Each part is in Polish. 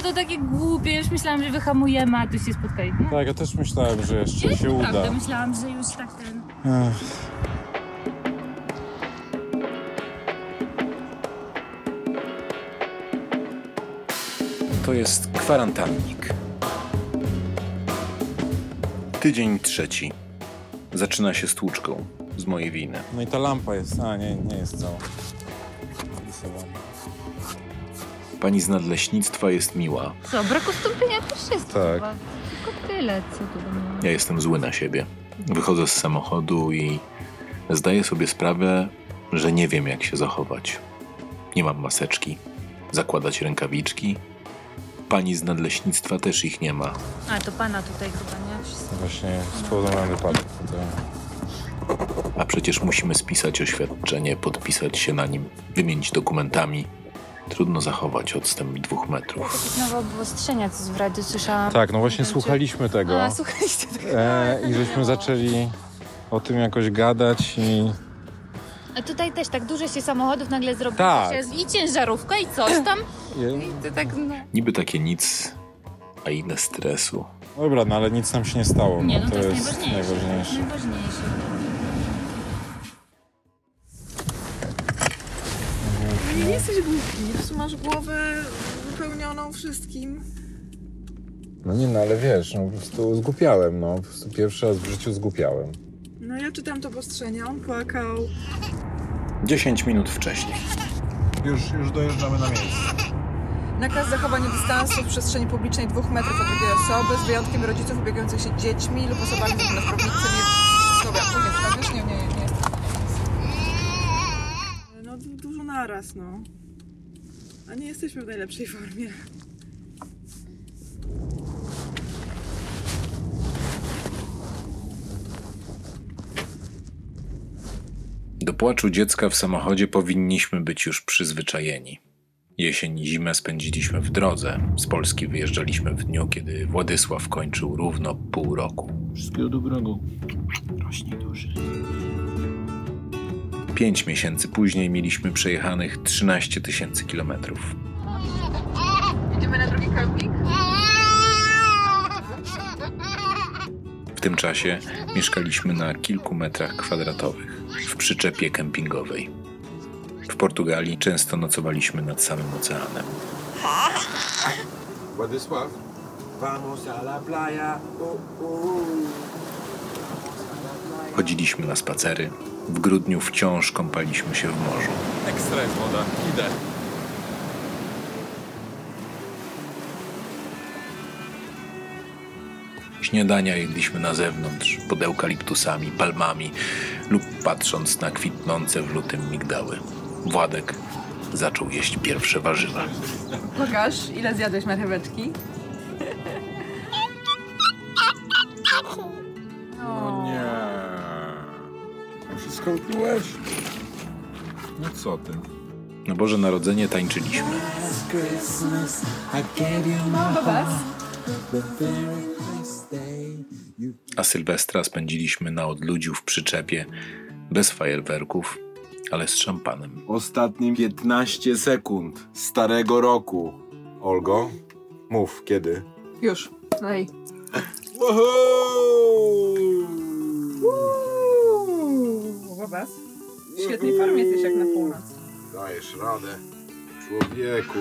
to takie głupie, już myślałam, że wyhamujemy, a tu się spotkaliśmy. Tak, ja też myślałem, że jeszcze Nie, się uda. naprawdę, myślałam, że już tak ten... To jest kwarantannik. Tydzień trzeci. Zaczyna się stłuczką z mojej winy. No i ta lampa jest, nie jest cała. Pani z nadleśnictwa jest miła. Co, brak ustąpienia też jest Tak. chyba. Tylko tyle, co tu do mnie. Ja jestem zły na siebie. Wychodzę z samochodu i zdaję sobie sprawę, że nie wiem, jak się zachować. Nie mam maseczki, zakładać rękawiczki. Pani z nadleśnictwa też ich nie ma. A, to pana tutaj chyba, nie? Wszyscy. Właśnie spowodowałem wypadek. A przecież musimy spisać oświadczenie, podpisać się na nim, wymienić dokumentami. Trudno zachować odstęp 2 metrów. Jakieś nowe obostrzenia, co w radiu słyszałam. Tak, no właśnie Nie wiem, słuchaliśmy tego. A, słuchaliście tego. I żeśmy zaczęli o tym jakoś gadać i... A tutaj też tak dużo się samochodów nagle zrobiło. Tak. Się i ciężarówka i coś tam. I to tak, no... Niby takie nic, a ile stresu. Dobra, no ale nic nam się nie stało. Nie, no to jest najważniejsze. najważniejsze. Nie jesteś głupi, po prostu masz głowę wypełnioną wszystkim. No nie, no ale wiesz, no po prostu zgłupiałem, no. Po prostu pierwszy raz w życiu zgłupiałem. No ja czytam to obostrzenia, on płakał. 10 minut wcześniej. Już dojeżdżamy na miejsce. Nakaz zachowania dystansu w przestrzeni publicznej 2 metrów od drugiej osoby, z wyjątkiem rodziców opiekujących się dziećmi lub osobami z niepełnosprawnością. Dobra, powiedz, tak, nie jest. No dużo naraz, no. A nie jesteśmy w najlepszej formie. Do płaczu dziecka w samochodzie powinniśmy być już przyzwyczajeni. Jesień i zimę spędziliśmy w drodze. Z Polski wyjeżdżaliśmy w dniu, kiedy Władysław kończył równo pół roku. Wszystkiego dobrego. Rośnie duży. 5 miesięcy później mieliśmy przejechanych 13 000 kilometrów. Idziemy na drugi kemping? W tym czasie mieszkaliśmy na kilku metrach kwadratowych w przyczepie kempingowej. W Portugalii często nocowaliśmy nad samym oceanem. Władysław? Vamos a la playa. Chodziliśmy na spacery. W grudniu wciąż kąpaliśmy się w morzu. Ekstra jest woda, idę. Śniadania jedliśmy na zewnątrz, pod eukaliptusami, palmami lub patrząc na kwitnące w lutym migdały. Władek zaczął jeść pierwsze warzywa. Pokaż, ile zjadłeś marcheweczki. No nie. Wszystko utrułeś? No co ty? Na Boże Narodzenie tańczyliśmy. Christmas, I gave you my Bobas. the very first day you A Sylwestra spędziliśmy na odludziu w przyczepie, bez fajerwerków, ale z szampanem. Ostatnim 15 sekund starego roku. Olgo, mów, kiedy? Już, lej. Bobas. W świetnej formie jesteś jak na północ. Dajesz radę. Człowieku.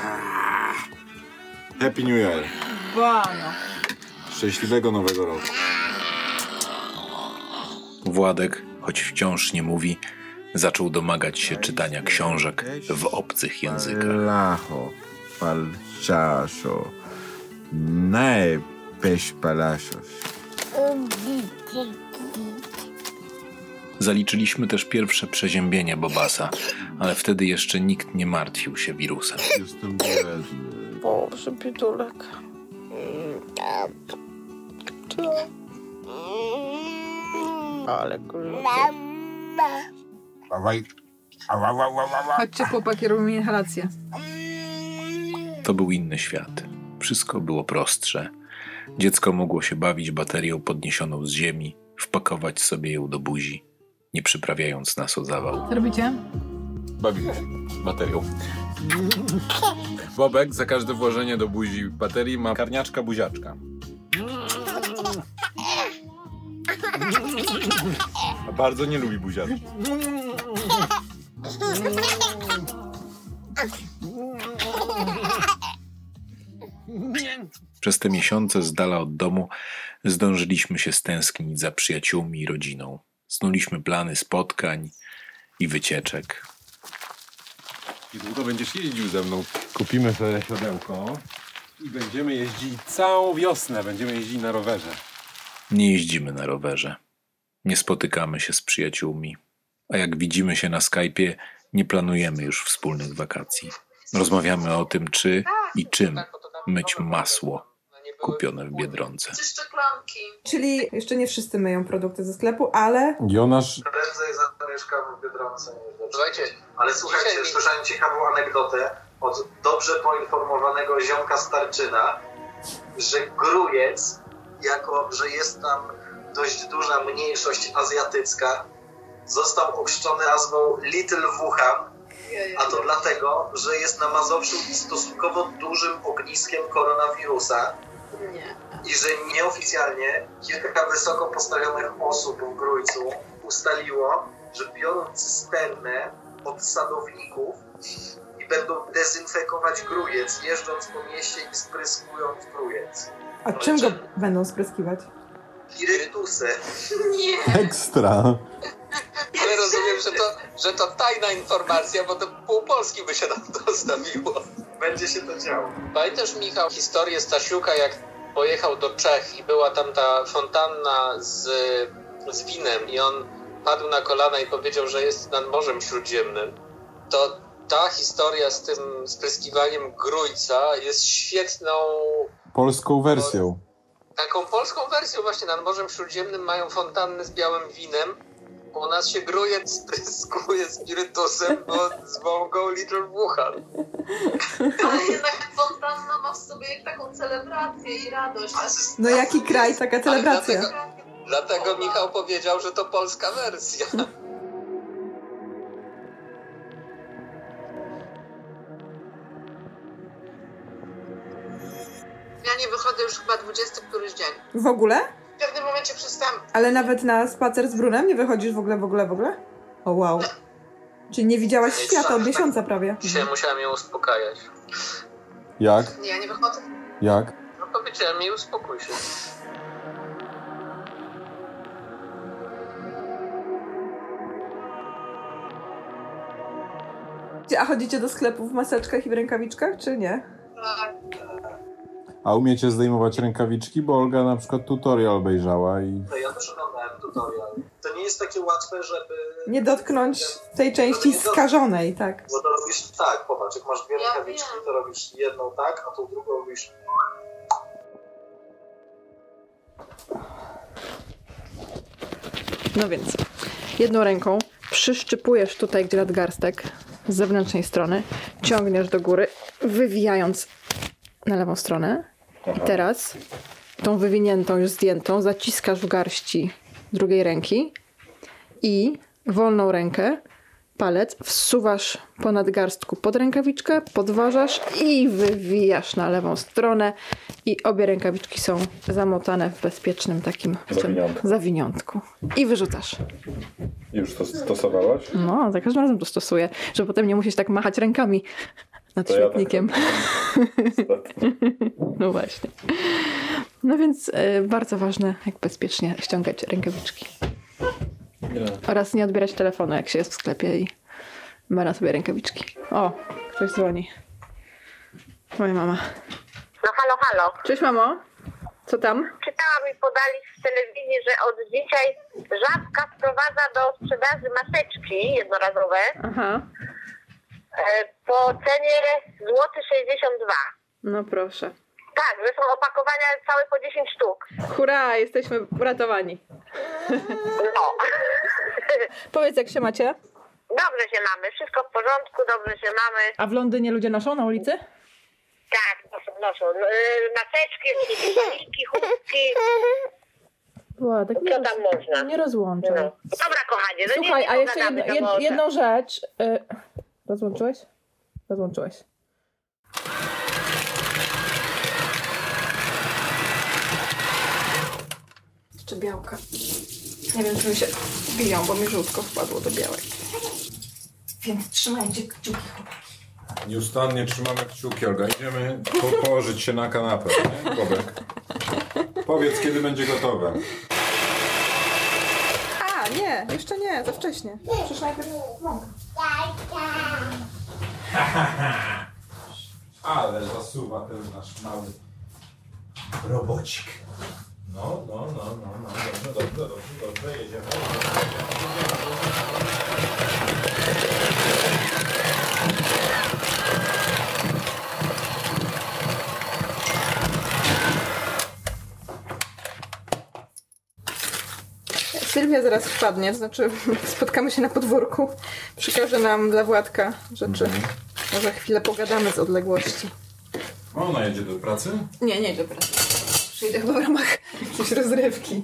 Happy New Year. Bano. Szczęśliwego Nowego Roku. Władek, choć wciąż nie mówi, zaczął domagać się czytania książek w obcych językach. Lacho, palciaszo, najpeś palacios. Zaliczyliśmy też pierwsze przeziębienie Bobasa, ale wtedy jeszcze nikt nie martwił się wirusem. Jestem biedny. Boże, biedulek. Ale kurde. Chodźcie chłopaki, robimy inhalację. To był inny świat. Wszystko było prostsze. Dziecko mogło się bawić baterią podniesioną z ziemi, wpakować sobie ją do buzi, nie przyprawiając nas o zawał. Co robicie? Bawimy się baterią. Bobek za każde włożenie do buzi baterii ma karniaczka buziaczka. A bardzo nie lubi buziaczki. Przez te miesiące z dala od domu zdążyliśmy się stęsknić za przyjaciółmi i rodziną. Snuliśmy plany spotkań i wycieczek. I długo będziesz jeździł ze mną. Kupimy sobie siodełko i będziemy jeździć całą wiosnę. Będziemy jeździć na rowerze. Nie jeździmy na rowerze. Nie spotykamy się z przyjaciółmi. A jak widzimy się na Skype'ie, nie planujemy już wspólnych wakacji. Rozmawiamy o tym, czy i czym myć masło kupione w Biedronce. Czyli jeszcze nie wszyscy myją produkty ze sklepu, ale... Jonasz... Prędzej zamieszkam w Biedronce niż we Słuchajcie, Ale słuchajcie, dzisiaj- słyszałem ciekawą anegdotę od dobrze poinformowanego ziomka Starczyna, że Grójec, jako że jest tam dość duża mniejszość azjatycka, został ochrzczony nazwą Little Wuhan, a to dlatego, że jest na Mazowszu stosunkowo dużym ogniskiem koronawirusa i że nieoficjalnie kilka wysoko postawionych osób w Grójcu ustaliło, że biorą cysternę od sadowników i będą dezynfekować Grójec, jeżdżąc po mieście i spryskując Grójec. A czym go będą spryskiwać? Irytusy. Ekstra. ale rozumiem, że to tajna informacja, bo to pół Polski by się nam dostawiło. Będzie się to działo. Pamiętasz, Michał, historię Stasiuka, jak pojechał do Czech i była tam ta fontanna z winem i on padł na kolana i powiedział, że jest nad Morzem Śródziemnym. To ta historia z tym spryskiwaniem Grójca jest świetną, Polską wersją. taką polską wersją. Właśnie nad Morzem Śródziemnym mają fontanny z białym winem. U nas się Grójec spryskuje spirytusem, bo zwą go Little Wuhan. Ale jednak fontanna ma w sobie taką celebrację i radość. No jaki kraj, taka celebracja. Dlatego Michał powiedział, że to polska wersja. Ja nie wychodzę już chyba 20 któryś dzień. W ogóle? W pewnym momencie przestałam. Ale nawet na spacer z Brunem nie wychodzisz w ogóle? O wow. Czyli nie widziałaś świata od miesiąca prawie. Dzisiaj musiałem ją uspokajać. Jak? Nie, ja nie wychodzę. Jak? No powiedziałem jej, uspokój się. A chodzicie do sklepu w maseczkach i w rękawiczkach, czy nie? Tak. A umiecie zdejmować rękawiczki? Bo Olga na przykład tutorial obejrzała i... To ja też oglądałem tutorial. To nie jest takie łatwe, żeby... Nie dotknąć tej części skażonej, tak. Bo to robisz tak, popatrz, jak masz dwie Ja rękawiczki, wiem. to robisz jedną tak, a tą drugą robisz... No więc, jedną ręką przyszczypujesz tutaj, gdzie nadgarstek, z zewnętrznej strony, ciągniesz do góry, wywijając na lewą stronę. I teraz tą wywiniętą, już zdjętą, zaciskasz w garści drugiej ręki i wolną rękę, palec, wsuwasz po nadgarstku pod rękawiczkę, podważasz i wywijasz na lewą stronę i obie rękawiczki są zamotane w bezpiecznym takim zawiniątku. I wyrzucasz. Już to stosowałaś? No, za każdym razem to stosuję, żeby potem nie musieć tak machać rękami nad świetnikiem. No właśnie. No więc bardzo ważne, jak bezpiecznie ściągać rękawiczki. Oraz nie odbierać telefonu, jak się jest w sklepie i ma na sobie rękawiczki. O, ktoś dzwoni. Moja mama. No halo, halo. Cześć mamo. Co tam? Czytałam i podali w telewizji, że od dzisiaj Żabka wprowadza do sprzedaży maseczki jednorazowe Aha. po cenie złoty 62. No proszę. Tak, że są opakowania całe po 10 sztuk. Hurra, jesteśmy uratowani. No. Powiedz, jak się macie? Dobrze się mamy, wszystko w porządku, dobrze się mamy. A w Londynie ludzie noszą na ulicy? Tak, noszą. Maseczki, paliki, chustki. Władek, Co tam można? nie rozłączaj. No. Dobra, kochanie, no Słuchaj, nie a jeszcze pogadamy, to może. jedną rzecz. Rozłączyłeś? Rozłączyłeś. Jeszcze białka. Nie wiem, czy mi się biją, bo mi żółtko wpadło do białej. Więc trzymajcie kciuki. Nieustannie trzymamy kciuki, Olga. Idziemy położyć się na kanapę, nie? Bobek. Powiedz, kiedy będzie gotowe. A, nie, jeszcze nie, za wcześnie. Przecież najpierw mąka. Ale zasuwa ten nasz mały robocik. No, dobrze, jedziemy. Sylwia zaraz wpadnie, to znaczy spotkamy się na podwórku. Przekaże nam dla Władka rzeczy. Może chwilę pogadamy z odległości. Ona jedzie do pracy? Nie idę do pracy. Przyjdę chyba w ramach jakiejś rozrywki.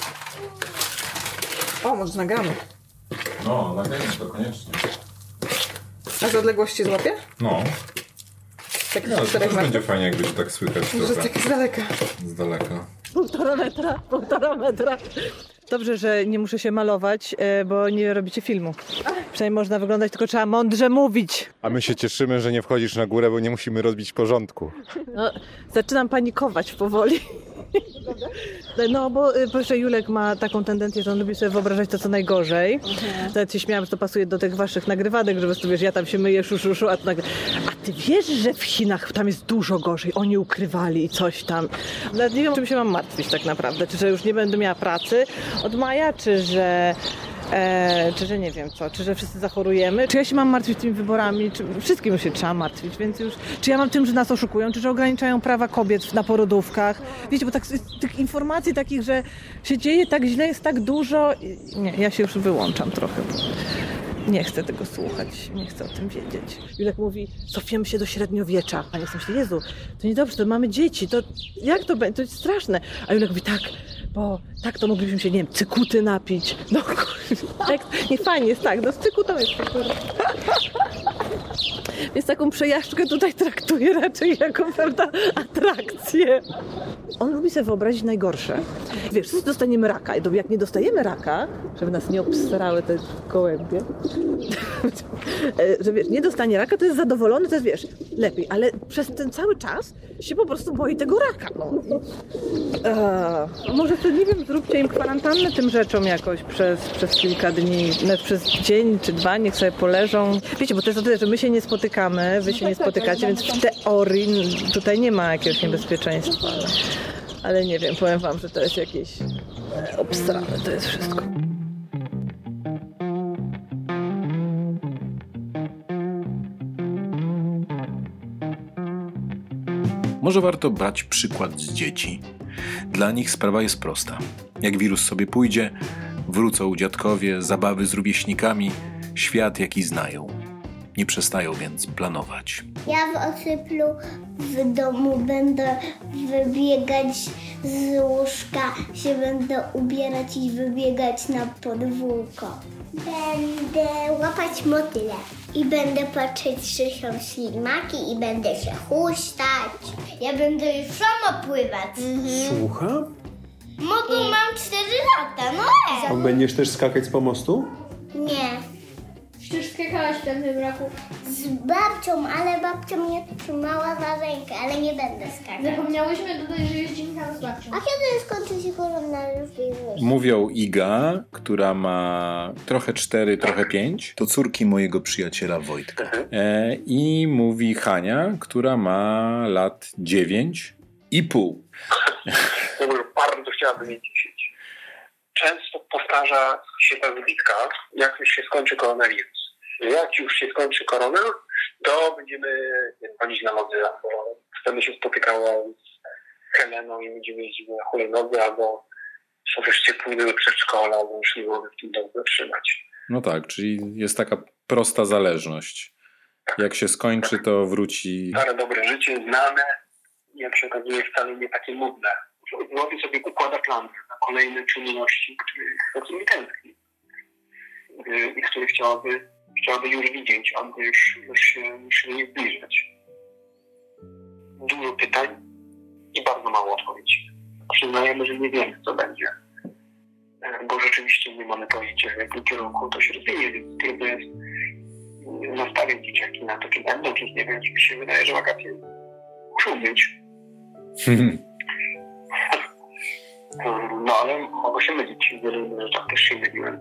O, może nagramy. No, nagrajmy to koniecznie. A z odległości złapie? No. Tak No, to też będzie fajnie, jakby się tak słychać Że trochę. tak z daleka. Z daleka. 1,5 metra. Dobrze, że nie muszę się malować, bo nie robicie filmu. Przynajmniej można wyglądać, tylko trzeba mądrze mówić. A my się cieszymy, że nie wchodzisz na górę, bo nie musimy robić porządku. No, zaczynam panikować powoli. No, bo proszę, Julek ma taką tendencję, że on lubi sobie wyobrażać to, co najgorzej. Nawet się śmiałam, że to pasuje do tych waszych nagrywanek, że wiesz, ja tam się myję, szuszu, a ty wiesz, że w Chinach tam jest dużo gorzej, oni ukrywali i coś tam. Nawet nie wiem, czym się mam martwić tak naprawdę. Czy że już nie będę miała pracy od maja, czy że nie wiem co, czy że wszyscy zachorujemy, czy ja się mam martwić tymi wyborami, czy wszystkim się trzeba martwić, więc już, czy ja mam tym, że nas oszukują, czy że ograniczają prawa kobiet na porodówkach, wiecie, bo tak tych informacji takich, że się dzieje tak źle, jest tak dużo, nie, ja się już wyłączam trochę, bo nie chcę tego słuchać, nie chcę o tym wiedzieć. Julek mówi, cofniemy się do średniowiecza, a ja sobie myślę, Jezu, to niedobrze, to mamy dzieci, to jak to będzie, to jest straszne, a Julek mówi, tak, bo tak to moglibyśmy się, nie wiem, cykuty napić. No kurwa, nie fajnie jest tak, no z cykutą jest to kurwa. Więc taką przejażdżkę tutaj traktuję raczej jako pewną atrakcję. On lubi sobie wyobrazić najgorsze. Wiesz, wszyscy dostaniemy raka. Jak nie dostajemy raka, żeby nas nie obsrały te gołębie, że wiesz, nie dostanie raka, to jest zadowolony, to jest, wiesz, lepiej. Ale przez ten cały czas się po prostu boi tego raka. No. Może to, nie wiem, zróbcie im kwarantannę tym rzeczom jakoś przez kilka dni, nawet przez dzień czy dwa, niech sobie poleżą. Wiecie, bo to jest o tyle, że my się nie spotykamy, wy się nie spotykacie, więc w teorii tutaj nie ma jakiegoś niebezpieczeństwa. Ale nie wiem, powiem wam, że to jest jakieś obstrane, to jest wszystko. Może warto brać przykład z dzieci. Dla nich sprawa jest prosta. Jak wirus sobie pójdzie, wrócą dziadkowie, zabawy z rówieśnikami, świat jaki znają. Nie przestają więc planować. Ja w Osyplu w domu będę wybiegać z łóżka, się będę ubierać i wybiegać na podwórko. Będę łapać motyle i będę patrzeć, czy są ślimaki i będę się huśtać. Ja będę już sama pływać. Słucham? Bo mam 4 lata, no A będziesz też skakać z pomostu? Nie. Przecież skakałaś w tym roku. Z babcią, ale babcia mnie trzymała za rękę, ale nie będę skakać. Zapomniałyśmy dodać, że jeździmy tam z babcią. A kiedy skończy się koronawirus? Mówią Iga, która ma trochę 4, trochę 5, to córki mojego przyjaciela Wojtka. I mówi Hania, która ma lat 9,5. Bardzo chciałabym mieć 10. Często powtarza się ta zbitka, jak już się skończy koronawirus. Jak już się skończy korona, to będziemy chodzić na lody, albo wtedy się spotykała z Heleną i będziemy jeździć na hulajnodze, albo wreszcie pójdę do przedszkola, bo już nie mogę w tym domu wytrzymać. No tak, czyli jest taka prosta zależność. Jak się skończy, to wróci... Stare dobre życie, znane, jak się okazuje, wcale nie takie nudne. Robi sobie układa plan. kolejne czynności, których za nimi tęskni i które chciałaby już widzieć, aby już się nie zbliżać. Dużo pytań i bardzo mało odpowiedzi. Przyznajemy, że nie wiemy, co będzie, bo rzeczywiście nie mamy pojęcia, w jakim kierunku to się rozwinie, więc trudno jest nastawić dzieciaki na to, czy będą, czy nie będzie. Mi się wydaje, że wakacje muszą być. No ale mogę się mylić. W wielu rzeczach też się myliłem.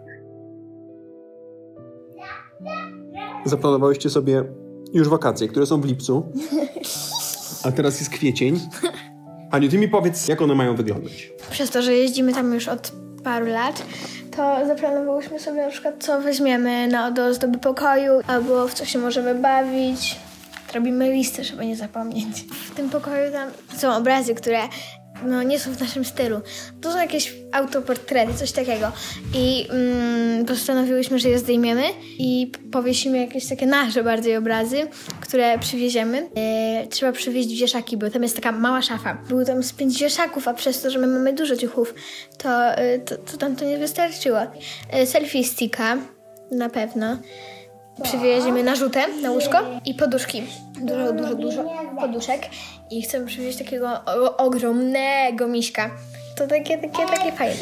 Zaplanowałyście sobie już wakacje, które są w lipcu, a teraz jest kwiecień. Aniu, ty mi powiedz, jak one mają wyglądać. Przez to, że jeździmy tam już od paru lat, to zaplanowałyśmy sobie na przykład, co weźmiemy do ozdoby pokoju, albo w co się możemy bawić. Robimy listę, żeby nie zapomnieć. W tym pokoju tam są obrazy, które nie są w naszym stylu. To są jakieś autoportrety, coś takiego. I postanowiłyśmy, że je zdejmiemy i powiesimy jakieś takie nasze bardziej obrazy, które przywieziemy. Trzeba przywieźć wieszaki, bo tam jest taka mała szafa. Było tam z 5 wieszaków, a przez to, że my mamy dużo ciuchów, to tam to nie wystarczyło. Selfie sticka na pewno. Przywieziemy narzutę na łóżko i poduszki. Dużo poduszek. I chcemy przywieźć takiego ogromnego miśka. To takie fajne.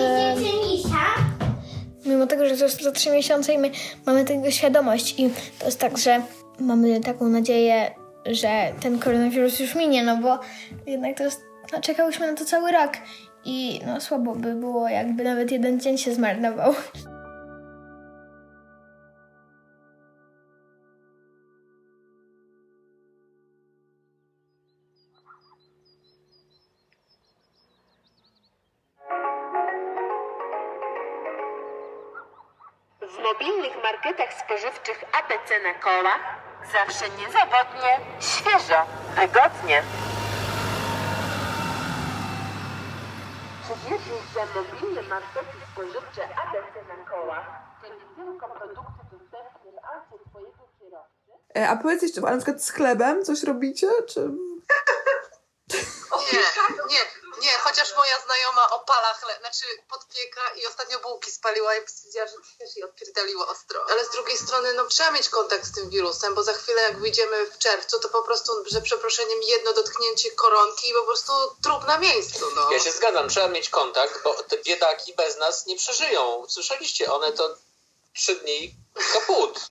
Mimo tego, że to jest za 3 miesiące i my mamy tego świadomość i to jest tak, że mamy taką nadzieję, że ten koronawirus już minie, bo jednak to jest, czekałyśmy na to cały rok i słabo by było, jakby nawet jeden dzień się zmarnował. W mobilnych marketach spożywczych ABC na kołach zawsze niezawodnie, świeżo, wygodnie. Czy wiedziesz, że mobilne markety spożywcze ABC na kołach to nie tylko produkty dostępne w aucie twojego kierowcy? A powiedz jeszcze, a na przykład z chlebem coś robicie, czy... Nie, chociaż moja znajoma opala chleb, podpieka i ostatnio bułki spaliła i stwierdziła, że też jej odpierdaliło ostro. Ale z drugiej strony, trzeba mieć kontakt z tym wirusem, bo za chwilę jak wyjdziemy w czerwcu, to po prostu, że przeproszeniem, jedno dotknięcie koronki i po prostu trup na miejscu, Ja się zgadzam, trzeba mieć kontakt, bo te biedaki bez nas nie przeżyją. Słyszeliście, one to 3 dni kaput.